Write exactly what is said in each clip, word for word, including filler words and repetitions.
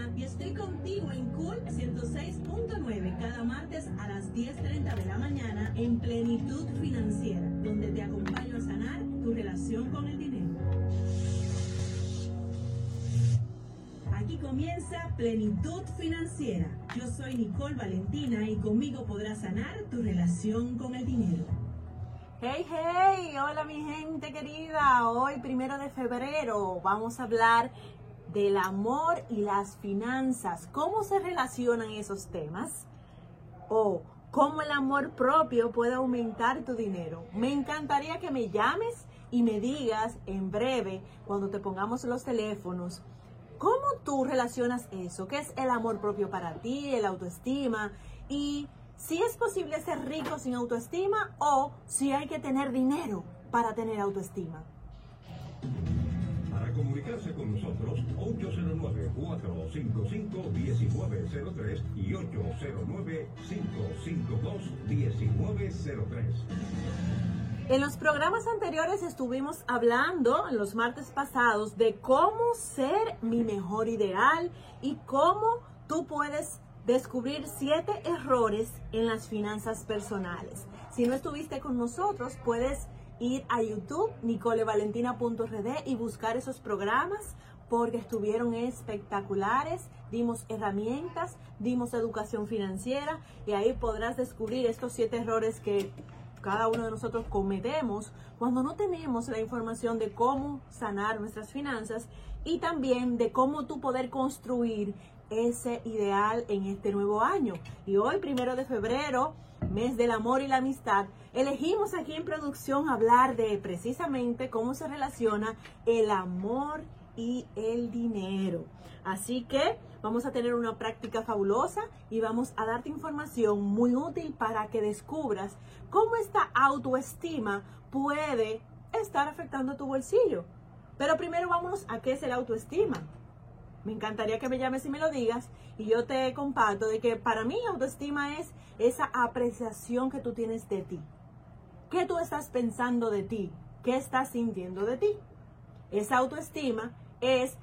Valentina y estoy contigo en Cool ciento seis punto nueve cada martes a las diez treinta de la mañana en Plenitud Financiera, donde te acompaño a sanar tu relación con el dinero. Aquí comienza Plenitud Financiera. Yo soy Nicole Valentina y conmigo podrás sanar tu relación con el dinero. Hey, hey, hola mi gente querida. Hoy, primero de febrero, vamos a hablar del amor y las finanzas. ¿Cómo se relacionan esos temas? O cómo el amor propio puede aumentar tu dinero. Me encantaría que me llames y me digas en breve, cuando te pongamos los teléfonos, ¿cómo tú relacionas eso? ¿Qué es el amor propio para ti, el autoestima? Y si es posible ser rico sin autoestima o si hay que tener dinero para tener autoestima. Para comunicarse con nosotros, ocho cero nueve, cuatro cinco cinco, uno nueve cero tres y ocho cero nueve, cinco cinco dos, uno nueve cero tres. En los programas anteriores estuvimos hablando, en los martes pasados, de cómo ser mi mejor ideal y cómo tú puedes descubrir siete errores en las finanzas personales. Si no estuviste con nosotros, puedes ir a YouTube, nicole valentina punto r d, y buscar esos programas porque estuvieron espectaculares. Dimos herramientas, dimos educación financiera y ahí podrás descubrir estos siete errores que cada uno de nosotros cometemos cuando no tenemos la información de cómo sanar nuestras finanzas y también de cómo tú poder construir ese ideal en este nuevo año. Y hoy, primero de febrero, mes del amor y la amistad, elegimos aquí en producción hablar de precisamente cómo se relaciona el amor y el dinero. Así que vamos a tener una práctica fabulosa y vamos a darte información muy útil para que descubras cómo esta autoestima puede estar afectando tu bolsillo. Pero primero vámonos a qué es el autoestima. Me encantaría que me llames y me lo digas y yo te comparto de que para mí autoestima es esa apreciación que tú tienes de ti. ¿Qué tú estás pensando de ti? ¿Qué estás sintiendo de ti? Esa autoestima es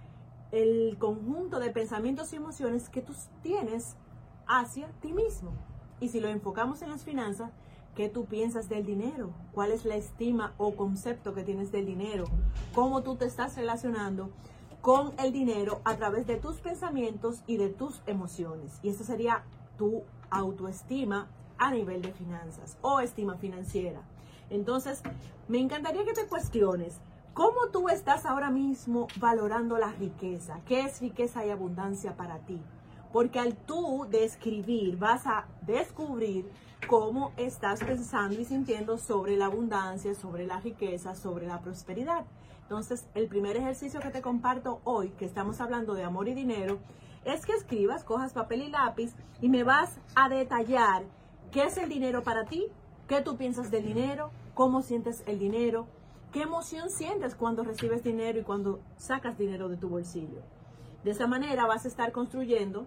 el conjunto de pensamientos y emociones que tú tienes hacia ti mismo. Y si lo enfocamos en las finanzas, ¿qué tú piensas del dinero? ¿Cuál es la estima o concepto que tienes del dinero? ¿Cómo tú te estás relacionando con el dinero a través de tus pensamientos y de tus emociones? Y eso sería tu autoestima a nivel de finanzas o estima financiera. Entonces, me encantaría que te cuestiones cómo tú estás ahora mismo valorando la riqueza. ¿Qué es riqueza y abundancia para ti? Porque al tú describir, vas a descubrir cómo estás pensando y sintiendo sobre la abundancia, sobre la riqueza, sobre la prosperidad. Entonces, el primer ejercicio que te comparto hoy, que estamos hablando de amor y dinero, es que escribas, cojas papel y lápiz y me vas a detallar qué es el dinero para ti, qué tú piensas del dinero, cómo sientes el dinero, qué emoción sientes cuando recibes dinero y cuando sacas dinero de tu bolsillo. De esa manera vas a estar construyendo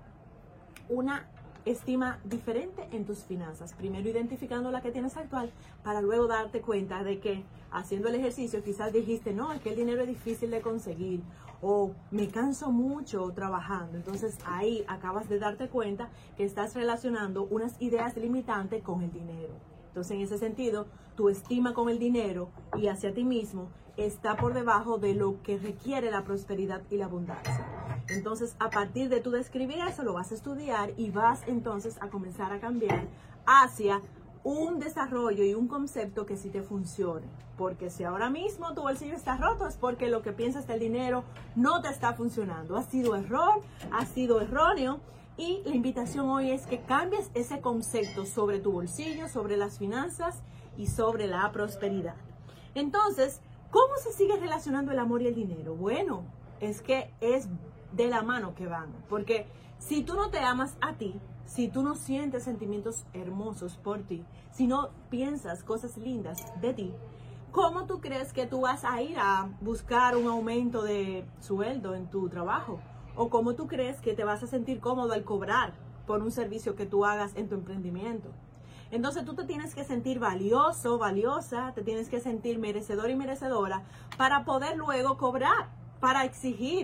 una estima diferente en tus finanzas. Primero identificando la que tienes actual para luego darte cuenta de que haciendo el ejercicio quizás dijiste, no, es que el dinero es difícil de conseguir o me canso mucho trabajando. Entonces ahí acabas de darte cuenta que estás relacionando unas ideas limitantes con el dinero. Entonces en ese sentido, tu estima con el dinero y hacia ti mismo está por debajo de lo que requiere la prosperidad y la abundancia. Entonces, a partir de tu describir eso, lo vas a estudiar y vas entonces a comenzar a cambiar hacia un desarrollo y un concepto que sí te funcione. Porque si ahora mismo tu bolsillo está roto es porque lo que piensas del dinero no te está funcionando. Ha sido error, ha sido erróneo. Y la invitación hoy es que cambies ese concepto sobre tu bolsillo, sobre las finanzas y sobre la prosperidad. Entonces, ¿cómo se sigue relacionando el amor y el dinero? Bueno, es que es de la mano que van. Porque si tú no te amas a ti, si tú no sientes sentimientos hermosos por ti, si no piensas cosas lindas de ti, ¿cómo tú crees que tú vas a ir a buscar un aumento de sueldo en tu trabajo? ¿O cómo tú crees que te vas a sentir cómodo al cobrar por un servicio que tú hagas en tu emprendimiento? Entonces tú te tienes que sentir valioso, valiosa, te tienes que sentir merecedor y merecedora para poder luego cobrar, para exigir,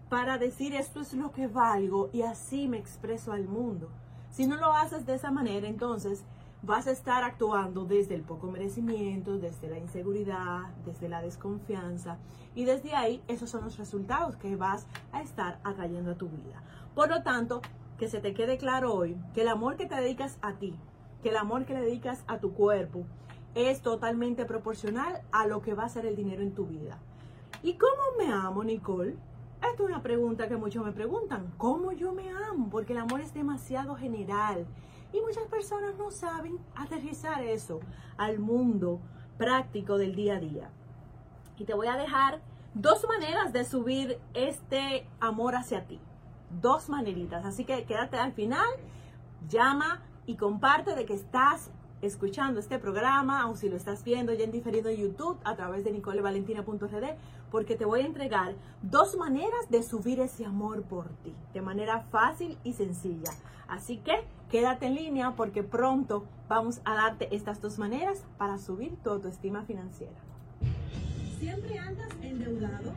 para decir esto es lo que valgo y así me expreso al mundo. Si no lo haces de esa manera, entonces vas a estar actuando desde el poco merecimiento, desde la inseguridad, desde la desconfianza, y desde ahí esos son los resultados que vas a estar atrayendo a tu vida. Por lo tanto, que se te quede claro hoy que el amor que te dedicas a ti, que el amor que le dedicas a tu cuerpo es totalmente proporcional a lo que va a ser el dinero en tu vida. ¿Y cómo me amo, Nicole? Esta es una pregunta que muchos me preguntan. ¿Cómo yo me amo? Porque el amor es demasiado general. Y muchas personas no saben aterrizar eso al mundo práctico del día a día. Y te voy a dejar dos maneras de subir este amor hacia ti. Dos maneritas. Así que quédate al final, llama y comparte de que estás escuchando este programa, o si lo estás viendo ya en diferido en YouTube a través de nicole valentina punto r d, porque te voy a entregar dos maneras de subir ese amor por ti, de manera fácil y sencilla. Así que quédate en línea porque pronto vamos a darte estas dos maneras para subir tu autoestima financiera. ¿Siempre andas endeudado?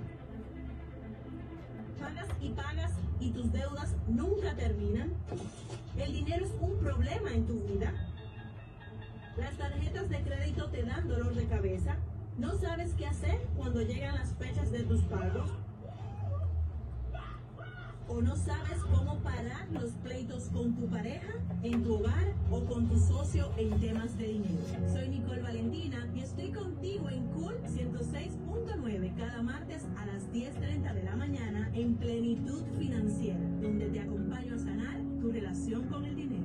¿Pagas y pagas y tus deudas nunca terminan? ¿El dinero es un problema en tu vida? ¿Las tarjetas de crédito te dan dolor de cabeza? ¿No sabes qué hacer cuando llegan las fechas de tus pagos? ¿O no sabes cómo parar los pleitos con tu pareja, en tu hogar o con tu socio en temas de dinero? Soy Nicole Valentina y estoy contigo en Cool ciento seis punto nueve cada martes a las diez treinta de la mañana en Plenitud Financiera, donde te acompaño a sanar tu relación con el dinero.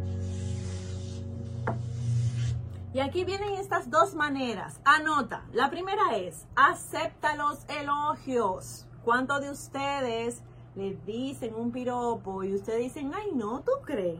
Y aquí vienen estas dos maneras. Anota. La primera es, acepta los elogios. ¿Cuántos de ustedes le dicen un piropo y ustedes dicen, ay, no, ¿tú crees?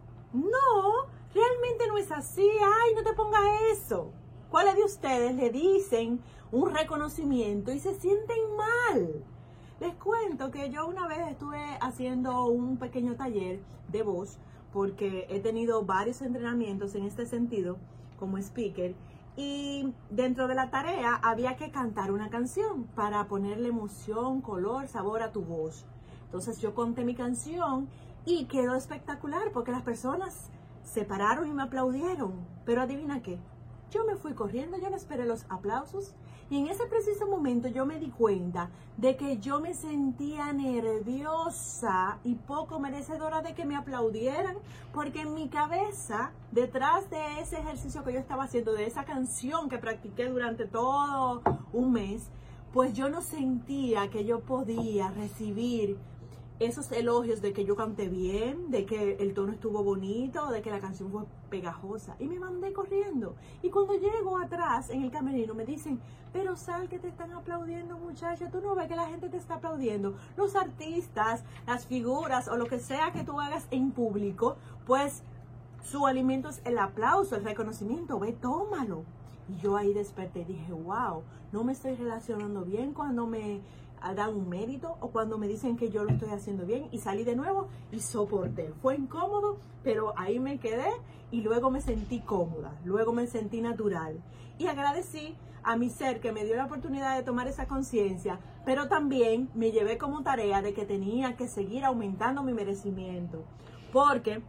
No, realmente no es así. Ay, no te pongas eso. ¿Cuáles de ustedes le dicen un reconocimiento y se sienten mal? Les cuento que yo una vez estuve haciendo un pequeño taller de voz porque he tenido varios entrenamientos en este sentido como speaker, y dentro de la tarea había que cantar una canción para ponerle emoción, color, sabor a tu voz. Entonces yo conté mi canción y quedó espectacular porque las personas se pararon y me aplaudieron. Pero adivina qué, yo me fui corriendo, yo no esperé los aplausos, y en ese preciso momento yo me di cuenta de que yo me sentía nerviosa y poco merecedora de que me aplaudieran, porque en mi cabeza, detrás de ese ejercicio que yo estaba haciendo, de esa canción que practiqué durante todo un mes, pues yo no sentía que yo podía recibir esos elogios de que yo canté bien, de que el tono estuvo bonito, de que la canción fue pegajosa, y me mandé corriendo. Y cuando llego atrás en el camerino me dicen, pero sal que te están aplaudiendo, muchacha, tú no ves que la gente te está aplaudiendo. Los artistas, las figuras o lo que sea que tú hagas en público, pues su alimento es el aplauso, el reconocimiento, ve, tómalo. Y yo ahí desperté y dije, wow, no me estoy relacionando bien cuando me dan un mérito o cuando me dicen que yo lo estoy haciendo bien, y salí de nuevo y soporté. Fue incómodo, pero ahí me quedé y luego me sentí cómoda, luego me sentí natural y agradecí a mi ser que me dio la oportunidad de tomar esa conciencia, pero también me llevé como tarea de que tenía que seguir aumentando mi merecimiento, porque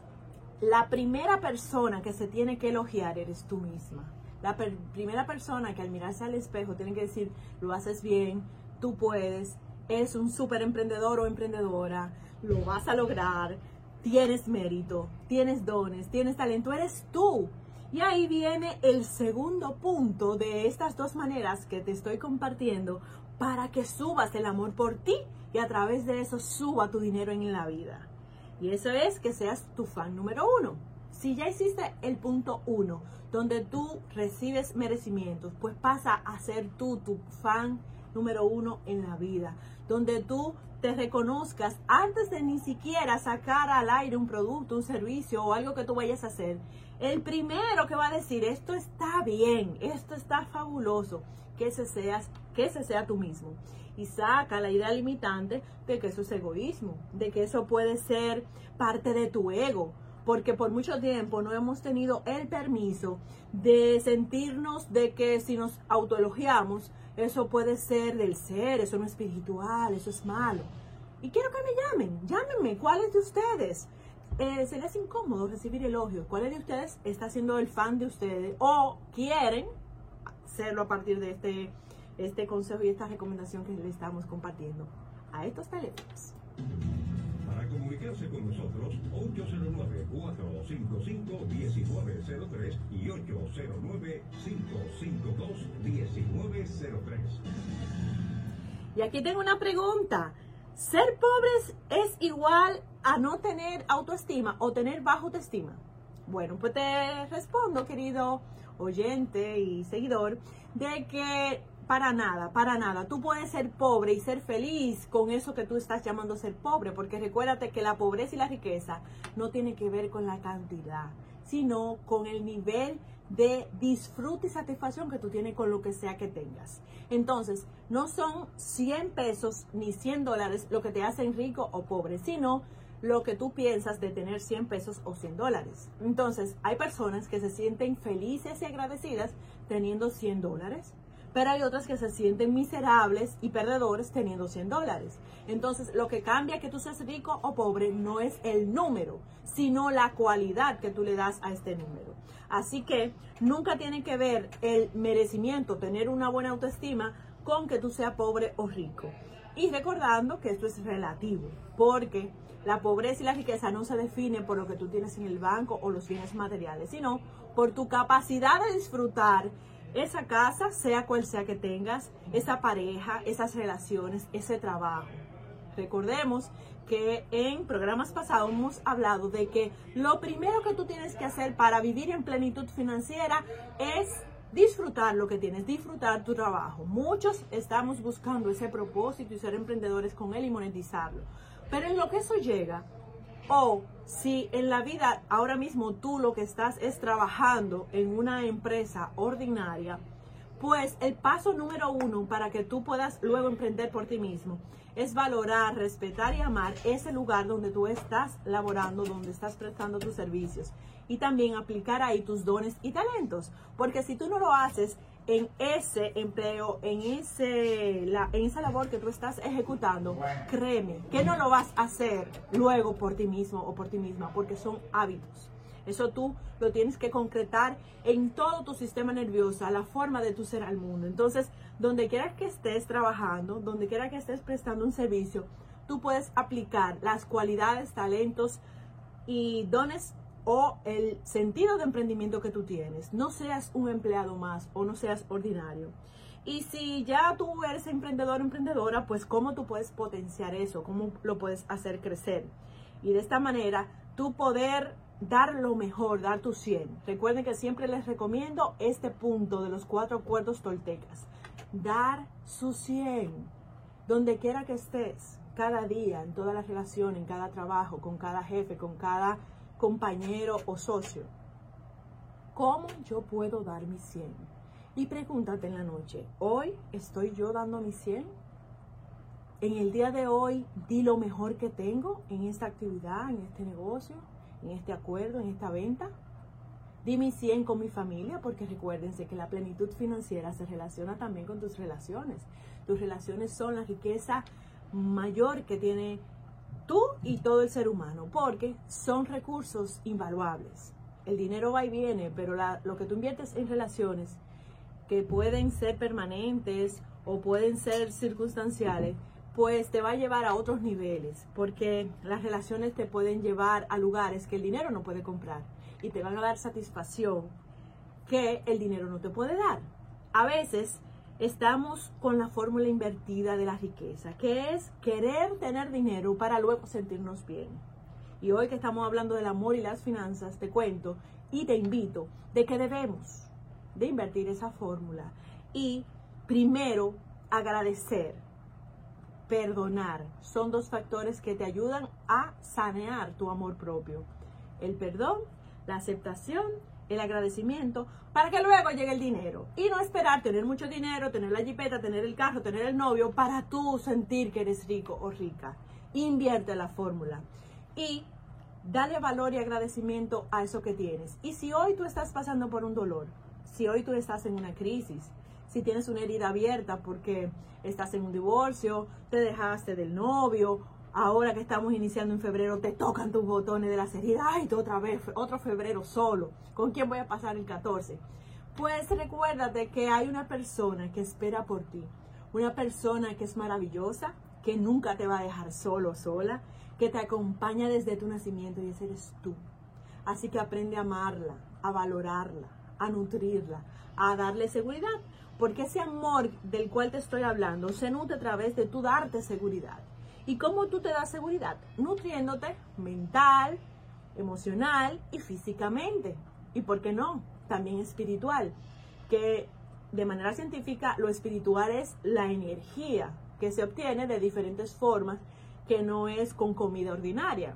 la primera persona que se tiene que elogiar eres tú misma. La per- primera persona que al mirarse al espejo tiene que decir, lo haces bien, tú puedes, eres un súper emprendedor o emprendedora, lo vas a lograr, tienes mérito, tienes dones, tienes talento, eres tú. Y ahí viene el segundo punto de estas dos maneras que te estoy compartiendo para que subas el amor por ti y a través de eso suba tu dinero en la vida. Y eso es que seas tu fan número uno. Si ya hiciste el punto uno, donde tú recibes merecimientos, pues pasa a ser tú tu fan número uno en la vida, donde tú te reconozcas antes de ni siquiera sacar al aire un producto, un servicio o algo que tú vayas a hacer. El primero que va a decir, esto está bien, esto está fabuloso, que ese seas, que ese sea tú mismo. Y saca la idea limitante de que eso es egoísmo, de que eso puede ser parte de tu ego, porque por mucho tiempo no hemos tenido el permiso de sentirnos de que si nos autoelogiamos, eso puede ser del ser, eso no es espiritual, eso es malo. Y quiero que me llamen, llámenme, ¿cuáles de ustedes eh, se les es incómodo recibir elogios? ¿Cuáles de ustedes está siendo el fan de ustedes o quieren serlo a partir de este, este consejo y esta recomendación que le estamos compartiendo a estos teléfonos? Para comunicarse con nosotros, ocho cero nueve, cuatro cinco cinco, uno nueve cero tres y ocho cero nueve, cinco cinco dos, uno nueve cero tres. Y aquí tengo una pregunta. ¿Ser pobres es igual a no tener autoestima o tener baja autoestima? Bueno, pues te respondo, querido oyente y seguidor, de que para nada, para nada. Tú puedes ser pobre y ser feliz con eso que tú estás llamando ser pobre, porque recuérdate que la pobreza y la riqueza no tiene que ver con la cantidad, sino con el nivel de disfrute y satisfacción que tú tienes con lo que sea que tengas. Entonces, no son cien pesos ni cien dólares lo que te hacen rico o pobre, sino lo que tú piensas de tener cien pesos o cien dólares. Entonces, hay personas que se sienten felices y agradecidas teniendo cien dólares, pero hay otras que se sienten miserables y perdedores teniendo cien dólares. Entonces, lo que cambia que tú seas rico o pobre no es el número, sino la cualidad que tú le das a este número. Así que nunca tiene que ver el merecimiento, tener una buena autoestima, con que tú seas pobre o rico. Y recordando que esto es relativo, porque la pobreza y la riqueza no se definen por lo que tú tienes en el banco o los bienes materiales, sino por tu capacidad de disfrutar esa casa, sea cual sea que tengas, esa pareja, esas relaciones, ese trabajo. Recordemos que en programas pasados hemos hablado de que lo primero que tú tienes que hacer para vivir en plenitud financiera es disfrutar lo que tienes, disfrutar tu trabajo. Muchos estamos buscando ese propósito y ser emprendedores con él y monetizarlo. Pero en lo que eso llega, o si en la vida ahora mismo tú lo que estás es trabajando en una empresa ordinaria, pues el paso número uno para que tú puedas luego emprender por ti mismo es valorar, respetar y amar ese lugar donde tú estás laborando, donde estás prestando tus servicios, y también aplicar ahí tus dones y talentos, porque si tú no lo haces en ese empleo, en, ese, la, en esa labor que tú estás ejecutando, créeme que no lo vas a hacer luego por ti mismo o por ti misma, porque son hábitos. Eso tú lo tienes que concretar en todo tu sistema nervioso, la forma de tu ser al mundo. Entonces, donde quiera que estés trabajando, donde quiera que estés prestando un servicio, tú puedes aplicar las cualidades, talentos y dones o el sentido de emprendimiento que tú tienes. No seas un empleado más o no seas ordinario. Y si ya tú eres emprendedor o emprendedora, pues cómo tú puedes potenciar eso, cómo lo puedes hacer crecer. Y de esta manera, tú poder dar lo mejor, dar tu cien. Recuerden que siempre les recomiendo este punto de los cuatro acuerdos toltecas. Dar su cien. Donde quiera que estés, cada día, en todas las relaciones, en cada trabajo, con cada jefe, con cada compañero o socio. ¿Cómo yo puedo dar mi cien? Y pregúntate en la noche, ¿hoy estoy yo dando mi cien? En el día de hoy, di lo mejor que tengo en esta actividad, en este negocio, en este acuerdo, en esta venta. Di mi cien con mi familia, porque recuérdense que la plenitud financiera se relaciona también con tus relaciones. Tus relaciones son la riqueza mayor que tiene tú y todo el ser humano, porque son recursos invaluables. El dinero va y viene, pero la, lo que tú inviertes en relaciones, que pueden ser permanentes o pueden ser circunstanciales, pues te va a llevar a otros niveles, porque las relaciones te pueden llevar a lugares que el dinero no puede comprar y te van a dar satisfacción que el dinero no te puede dar. A veces estamos con la fórmula invertida de la riqueza, que es querer tener dinero para luego sentirnos bien. Y hoy que estamos hablando del amor y las finanzas, te cuento y te invito de que debemos de invertir esa fórmula y primero agradecer, perdonar. Son dos factores que te ayudan a sanear tu amor propio. El perdón, la aceptación, el agradecimiento, para que luego llegue el dinero. Y no esperar tener mucho dinero, tener la jipeta, tener el carro, tener el novio, para tú sentir que eres rico o rica. Invierte la fórmula. Y dale valor y agradecimiento a eso que tienes. Y si hoy tú estás pasando por un dolor, si hoy tú estás en una crisis, si tienes una herida abierta porque estás en un divorcio, te dejaste del novio, ahora que estamos iniciando en febrero te tocan tus botones de las heridas, ay, tú otra vez, otro febrero solo, ¿con quién voy a pasar el catorce? Pues recuérdate que hay una persona que espera por ti, una persona que es maravillosa, que nunca te va a dejar solo o sola, que te acompaña desde tu nacimiento y ese eres tú. Así que aprende a amarla, a valorarla, a nutrirla, a darle seguridad, porque ese amor del cual te estoy hablando se nutre a través de tú darte seguridad. ¿Y cómo tú te das seguridad? Nutriéndote mental, emocional y físicamente. ¿Y por qué no? También espiritual, que de manera científica lo espiritual es la energía que se obtiene de diferentes formas, que no es con comida ordinaria.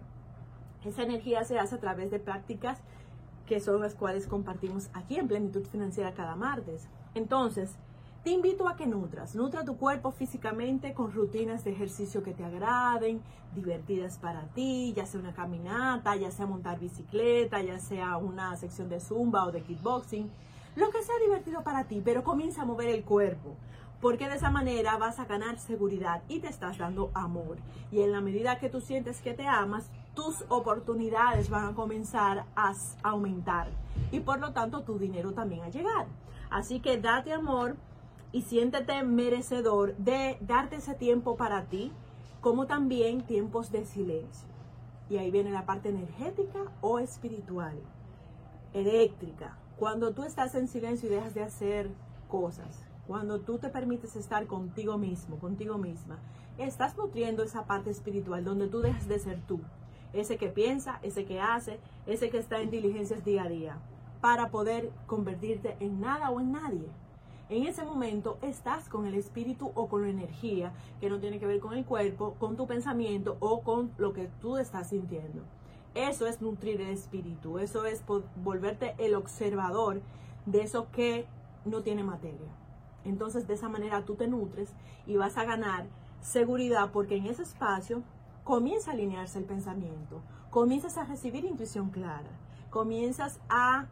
Esa energía se hace a través de prácticas que son las cuales compartimos aquí en Plenitud Financiera cada martes. Entonces, te invito a que nutras, nutra tu cuerpo físicamente con rutinas de ejercicio que te agraden, divertidas para ti, ya sea una caminata, ya sea montar bicicleta, ya sea una sección de zumba o de kickboxing, lo que sea divertido para ti, pero comienza a mover el cuerpo, porque de esa manera vas a ganar seguridad y te estás dando amor. Y en la medida que tú sientes que te amas, tus oportunidades van a comenzar a aumentar y por lo tanto tu dinero también a llegar. Así que date amor y siéntete merecedor de darte ese tiempo para ti, como también tiempos de silencio. Y ahí viene la parte energética o espiritual, eléctrica. Cuando tú estás en silencio y dejas de hacer cosas, cuando tú te permites estar contigo mismo, contigo misma, estás nutriendo esa parte espiritual donde tú dejas de ser tú, ese que piensa, ese que hace, ese que está en diligencias día a día, para poder convertirte en nada o en nadie. En ese momento estás con el espíritu o con la energía que no tiene que ver con el cuerpo, con tu pensamiento o con lo que tú estás sintiendo. Eso es nutrir el espíritu, eso es volverte el observador de eso que no tiene materia. Entonces de esa manera tú te nutres y vas a ganar seguridad, porque en ese espacio comienza a alinearse el pensamiento, comienzas a recibir intuición clara, comienzas a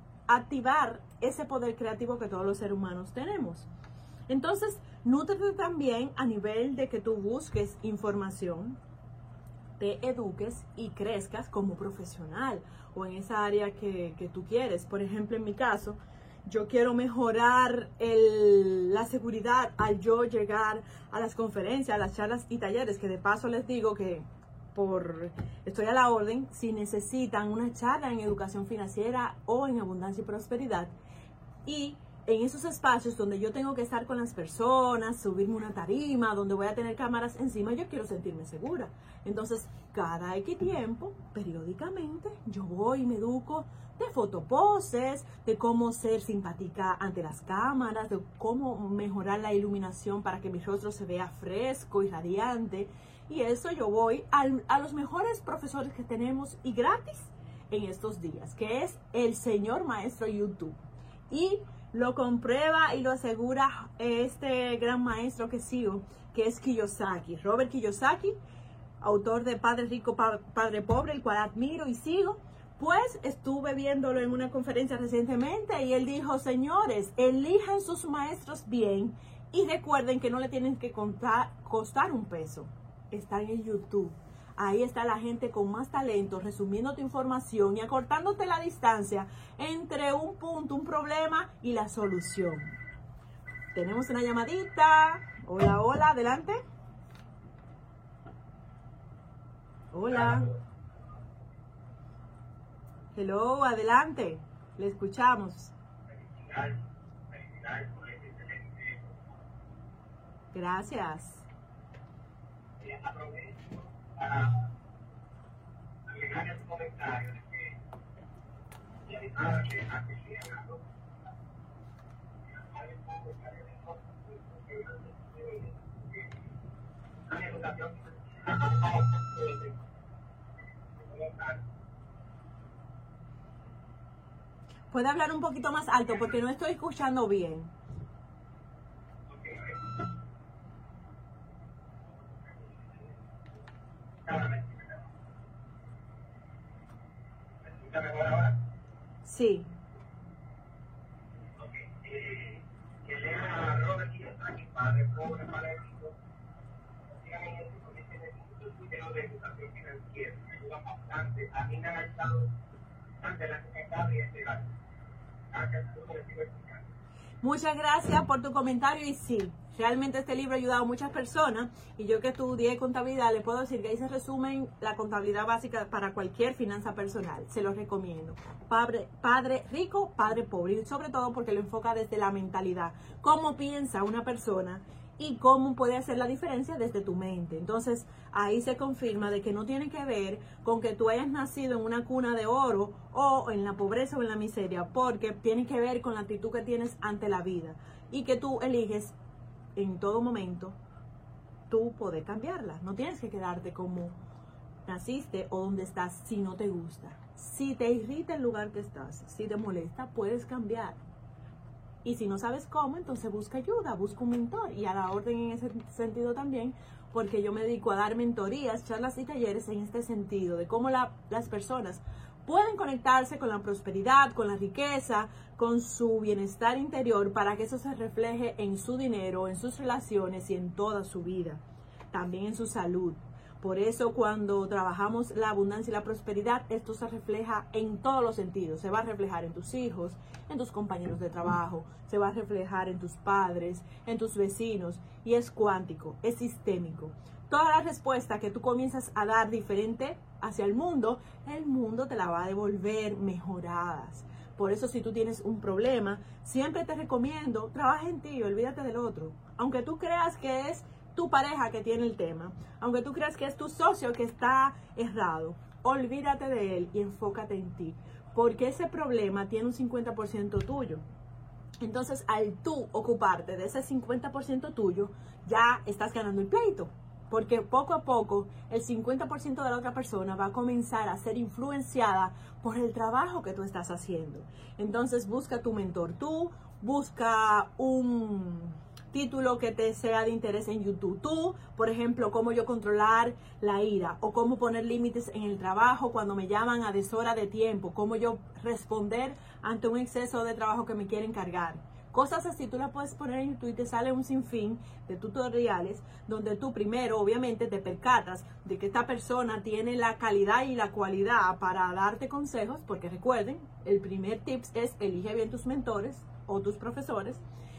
activar ese poder creativo que todos los seres humanos tenemos. Entonces, nútrete también a nivel de que tú busques información, te eduques y crezcas como profesional o en esa área que, que tú quieres. Por ejemplo, en mi caso, yo quiero mejorar el, la seguridad al yo llegar a las conferencias, a las charlas y talleres, que de paso les digo que por estoy a la orden si necesitan una charla en educación financiera o en abundancia y prosperidad. Y en esos espacios donde yo tengo que estar con las personas, subirme una tarima, donde voy a tener cámaras encima, yo quiero sentirme segura. Entonces, cada X tiempo, periódicamente, yo voy y me educo de fotoposes, de cómo ser simpática ante las cámaras, de cómo mejorar la iluminación para que mi rostro se vea fresco y radiante. Y eso yo voy al, a los mejores profesores que tenemos y gratis en estos días, que es el señor maestro YouTube. Y lo comprueba y lo asegura este gran maestro que sigo, que es Kiyosaki, Robert Kiyosaki, autor de Padre Rico, Padre Pobre, el cual admiro y sigo. Pues estuve viéndolo en una conferencia recientemente y él dijo: señores, elijan sus maestros bien y recuerden que no le tienen que contar, costar un peso. Está en YouTube. Ahí está la gente con más talento, resumiendo tu información y acortándote la distancia entre un punto, un problema y la solución. Tenemos una llamadita. Hola, hola, adelante. Hola. Hello, adelante. Le escuchamos. Gracias. Aprovecho para agregar el comentario de que ya estaba que antes se ha hablado una educación. Puede hablar un poquito más alto porque no estoy escuchando bien. ¿Está mejor ahora? Sí. Ok. Eh, que lea a Robert Kiyosaki, padre pobre, padre rico. Síganme en eso porque tiene muchos videos de educación financiera. Me ayudan bastante. A mí me han ayudado bastante la secretaria y este gato. Gracias por lo que sigo explicando. Muchas gracias por tu comentario y sí, realmente este libro ha ayudado a muchas personas y yo que estudié contabilidad le puedo decir que ahí se resumen la contabilidad básica para cualquier finanza personal. Se los recomiendo. Padre, padre rico, padre pobre y sobre todo porque lo enfoca desde la mentalidad. Cómo piensa una persona y cómo puede hacer la diferencia desde tu mente. Entonces ahí se confirma de que no tiene que ver con que tú hayas nacido en una cuna de oro o en la pobreza o en la miseria, porque tiene que ver con la actitud que tienes ante la vida y que tú eliges en todo momento tú poder cambiarla. No tienes que quedarte como naciste o donde estás si no te gusta. Si te irrita el lugar que estás, si te molesta, puedes cambiar. Y si no sabes cómo, entonces busca ayuda, busca un mentor. Y a la orden en ese sentido también, porque yo me dedico a dar mentorías, charlas y talleres en este sentido, de cómo la, las personas pueden conectarse con la prosperidad, con la riqueza, con su bienestar interior, para que eso se refleje en su dinero, en sus relaciones y en toda su vida. También en su salud. Por eso cuando trabajamos la abundancia y la prosperidad, esto se refleja en todos los sentidos. Se va a reflejar en tus hijos, en tus compañeros de trabajo, se va a reflejar en tus padres, en tus vecinos. Y es cuántico, es sistémico. Toda la respuesta que tú comienzas a dar diferente hacia el mundo, el mundo te la va a devolver mejoradas. Por eso si tú tienes un problema, siempre te recomiendo, trabaja en ti, olvídate del otro. Aunque tú creas que es tu pareja que tiene el tema, aunque tú creas que es tu socio que está errado, olvídate de él y enfócate en ti, porque ese problema tiene un cincuenta por ciento tuyo. Entonces, al tú ocuparte de ese cincuenta por ciento tuyo, ya estás ganando el pleito, porque poco a poco el cincuenta por ciento de la otra persona va a comenzar a ser influenciada por el trabajo que tú estás haciendo. Entonces, busca tu mentor tú, busca un título que te sea de interés en YouTube. Tú, por ejemplo, cómo yo controlar la ira o cómo poner límites en el trabajo cuando me llaman a deshora de tiempo, cómo yo responder ante un exceso de trabajo que me quieren cargar. Cosas así tú las puedes poner en YouTube y te sale un sinfín de tutoriales donde tú primero obviamente te percatas de que esta persona tiene la calidad y la cualidad para darte consejos, porque recuerden, el primer tips es elige bien tus mentores o tus profesores.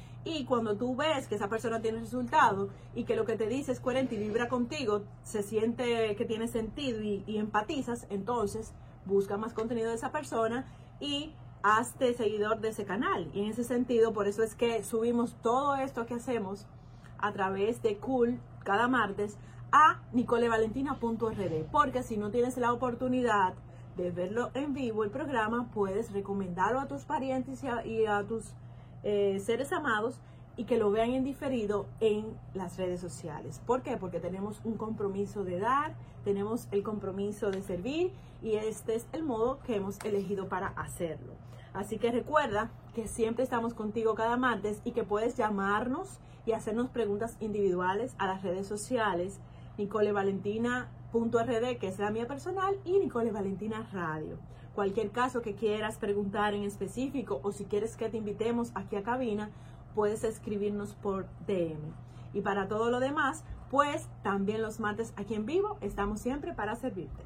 Y cuando tú ves que esa persona tiene resultado y que lo que te dice es coherente y vibra contigo, se siente que tiene sentido y, y empatizas, entonces busca más contenido de esa persona y hazte seguidor de ese canal. Y en ese sentido, por eso es que subimos todo esto que hacemos a través de Cool cada martes a nicole valentina punto r d, porque si no tienes la oportunidad de verlo en vivo el programa, puedes recomendarlo a tus parientes y a, y a tus Eh, seres amados y que lo vean en diferido en las redes sociales. ¿Por qué? Porque tenemos un compromiso de dar, tenemos el compromiso de servir y este es el modo que hemos elegido para hacerlo. Así que recuerda que siempre estamos contigo cada martes y que puedes llamarnos y hacernos preguntas individuales a las redes sociales nicole valentina punto r d, que es la mía personal, y Nicole Valentina Radio. Cualquier caso que quieras preguntar en específico o si quieres que te invitemos aquí a cabina, puedes escribirnos por D M. Y para todo lo demás, pues también los martes aquí en vivo estamos siempre para servirte.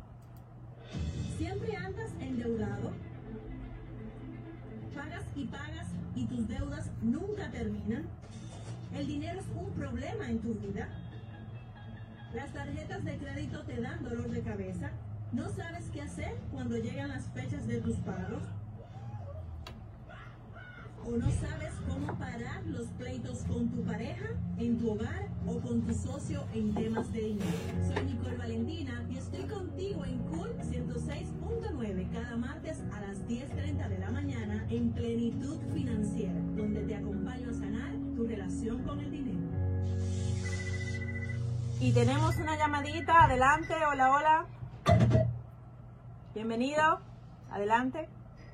¿Siempre andas endeudado? ¿Pagas y pagas y tus deudas nunca terminan? ¿El dinero es un problema en tu vida? ¿Las tarjetas de crédito te dan dolor de cabeza? ¿No sabes qué hacer cuando llegan las fechas de tus pagos? ¿O no sabes cómo parar los pleitos con tu pareja, en tu hogar o con tu socio en temas de dinero? Soy Nicole Valentina y estoy contigo en Cool ciento seis punto nueve cada martes a las diez treinta de la mañana en Plenitud Financiera, donde te acompaño a sanar tu relación con el dinero. Y tenemos una llamadita, adelante, hola, hola. Bienvenido, adelante.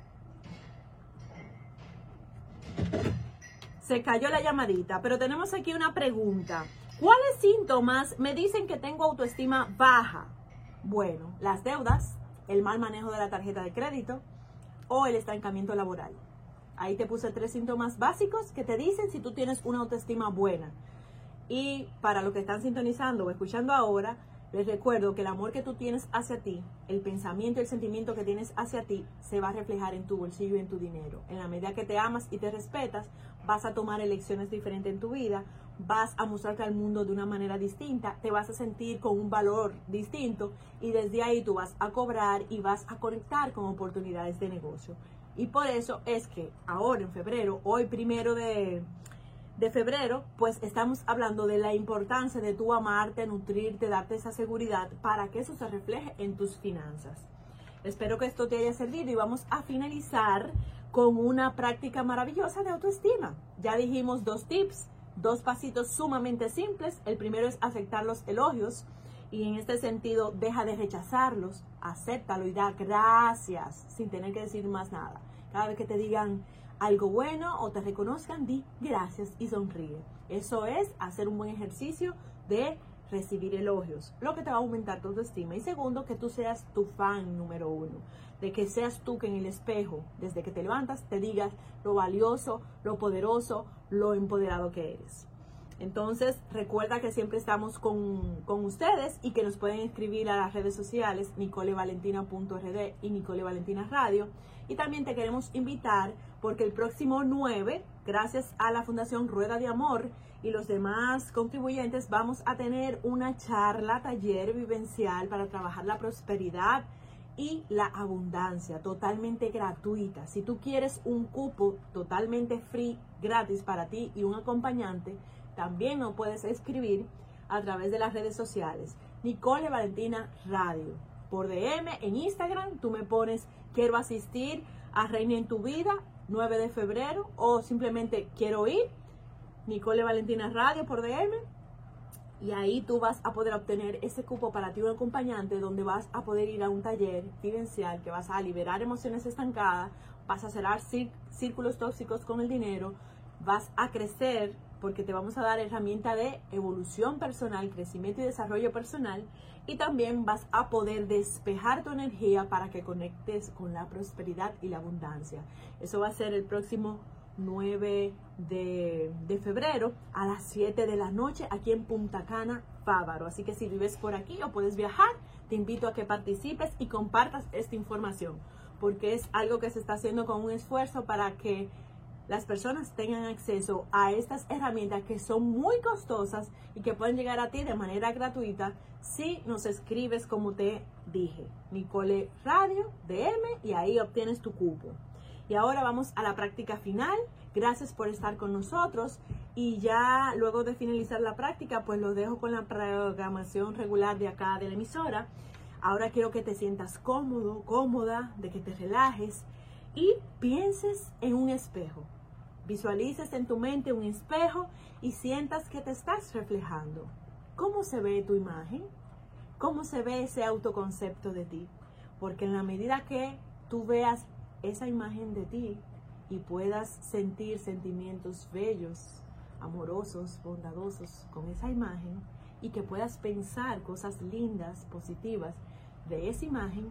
Se cayó la llamadita, pero tenemos aquí una pregunta. ¿Cuáles síntomas me dicen que tengo autoestima baja? Bueno, las deudas, el mal manejo de la tarjeta de crédito o el estancamiento laboral. Ahí te puse tres síntomas básicos que te dicen si tú tienes una autoestima buena. Y para los que están sintonizando o escuchando ahora, les recuerdo que el amor que tú tienes hacia ti, el pensamiento y el sentimiento que tienes hacia ti, se va a reflejar en tu bolsillo y en tu dinero. En la medida que te amas y te respetas, vas a tomar elecciones diferentes en tu vida, vas a mostrarte al mundo de una manera distinta, te vas a sentir con un valor distinto y desde ahí tú vas a cobrar y vas a conectar con oportunidades de negocio. Y por eso es que ahora en febrero, hoy primero de... de febrero, pues estamos hablando de la importancia de tú amarte, nutrirte, darte esa seguridad para que eso se refleje en tus finanzas. Espero que esto te haya servido y vamos a finalizar con una práctica maravillosa de autoestima. Ya dijimos dos tips, dos pasitos sumamente simples. El primero es aceptar los elogios y en este sentido deja de rechazarlos, acéptalo y da gracias sin tener que decir más nada. Cada vez que te digan algo bueno o te reconozcan, di gracias y sonríe. Eso es hacer un buen ejercicio de recibir elogios, lo que te va a aumentar tu autoestima. Y segundo, que tú seas tu fan número uno, de que seas tú que en el espejo, desde que te levantas, te digas lo valioso, lo poderoso, lo empoderado que eres. Entonces, recuerda que siempre estamos con, con ustedes y que nos pueden escribir a las redes sociales nicole valentina punto r d y Nicole Valentina Radio. Y también te queremos invitar porque el próximo nueve, gracias a la Fundación Rueda de Amor y los demás contribuyentes, vamos a tener una charla, taller vivencial para trabajar la prosperidad y la abundancia, totalmente gratuita. Si tú quieres un cupo totalmente free, gratis para ti y un acompañante, también nos puedes escribir a través de las redes sociales. Nicole Valentina Radio. Por D M en Instagram, tú me pones quiero asistir a Reina en tu Vida, nueve de febrero, o simplemente quiero ir, Nicole Valentina Radio por D M. Y ahí tú vas a poder obtener ese cupo para ti un acompañante donde vas a poder ir a un taller vivencial que vas a liberar emociones estancadas, vas a cerrar círculos tóxicos con el dinero, vas a crecer porque te vamos a dar herramienta de evolución personal, crecimiento y desarrollo personal, y también vas a poder despejar tu energía para que conectes con la prosperidad y la abundancia. Eso va a ser el próximo nueve de, de febrero a las siete de la noche aquí en Punta Cana, Bávaro. Así que si vives por aquí o puedes viajar, te invito a que participes y compartas esta información, porque es algo que se está haciendo con un esfuerzo para que las personas tengan acceso a estas herramientas que son muy costosas y que pueden llegar a ti de manera gratuita si nos escribes como te dije, Nicole Radio, D M, y ahí obtienes tu cupo. Y ahora vamos a la práctica final. Gracias por estar con nosotros y ya luego de finalizar la práctica, pues lo dejo con la programación regular de acá de la emisora. Ahora quiero que te sientas cómodo, cómoda, de que te relajes y pienses en un espejo. Visualices en tu mente un espejo y sientas que te estás reflejando. ¿Cómo se ve tu imagen? ¿Cómo se ve ese autoconcepto de ti? Porque en la medida que tú veas esa imagen de ti y puedas sentir sentimientos bellos, amorosos, bondadosos con esa imagen y que puedas pensar cosas lindas, positivas de esa imagen,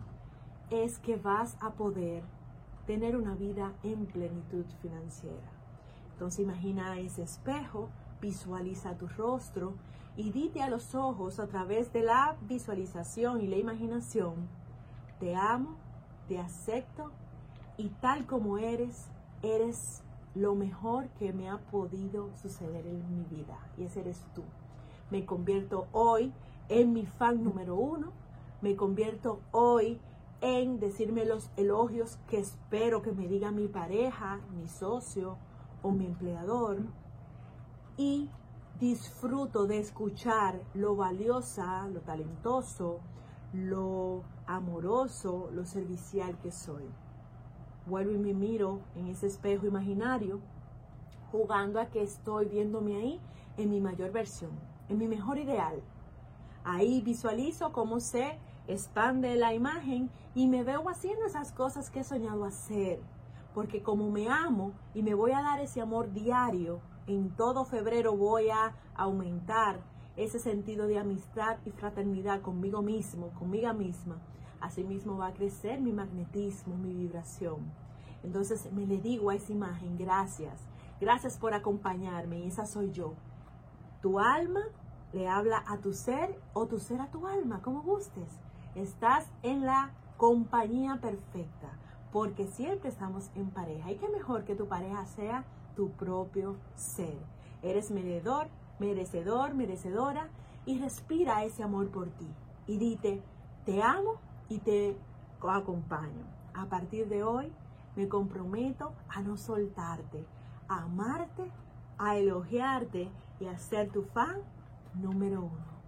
es que vas a poder tener una vida en plenitud financiera. Entonces imagina ese espejo, visualiza tu rostro y dite a los ojos a través de la visualización y la imaginación: te amo, te acepto y tal como eres, eres lo mejor que me ha podido suceder en mi vida. Y ese eres tú. Me convierto hoy en mi fan número uno. Me convierto hoy en decirme los elogios que espero que me diga mi pareja, mi socio o mi empleador. Y disfruto de escuchar lo valiosa, lo talentoso, lo amoroso, lo servicial que soy. Vuelvo y me miro en ese espejo imaginario, jugando a que estoy viéndome ahí en mi mayor versión, en mi mejor ideal. Ahí visualizo cómo se expande la imagen y me veo haciendo esas cosas que he soñado hacer. Porque como me amo y me voy a dar ese amor diario, en todo febrero voy a aumentar ese sentido de amistad y fraternidad conmigo mismo, conmigo misma. asimismo va a crecer mi magnetismo, mi vibración. Entonces me le digo a esa imagen, gracias, gracias por acompañarme, y esa soy yo. Tu alma le habla a tu ser o tu ser a tu alma, como gustes. Estás en la compañía perfecta, porque siempre estamos en pareja. Y qué mejor que tu pareja sea tu propio ser. Eres merecedor, merecedor, merecedora, y respira ese amor por ti. Y dite, te amo y te acompaño. A partir de hoy me comprometo a no soltarte, a amarte, a elogiarte y a ser tu fan número uno.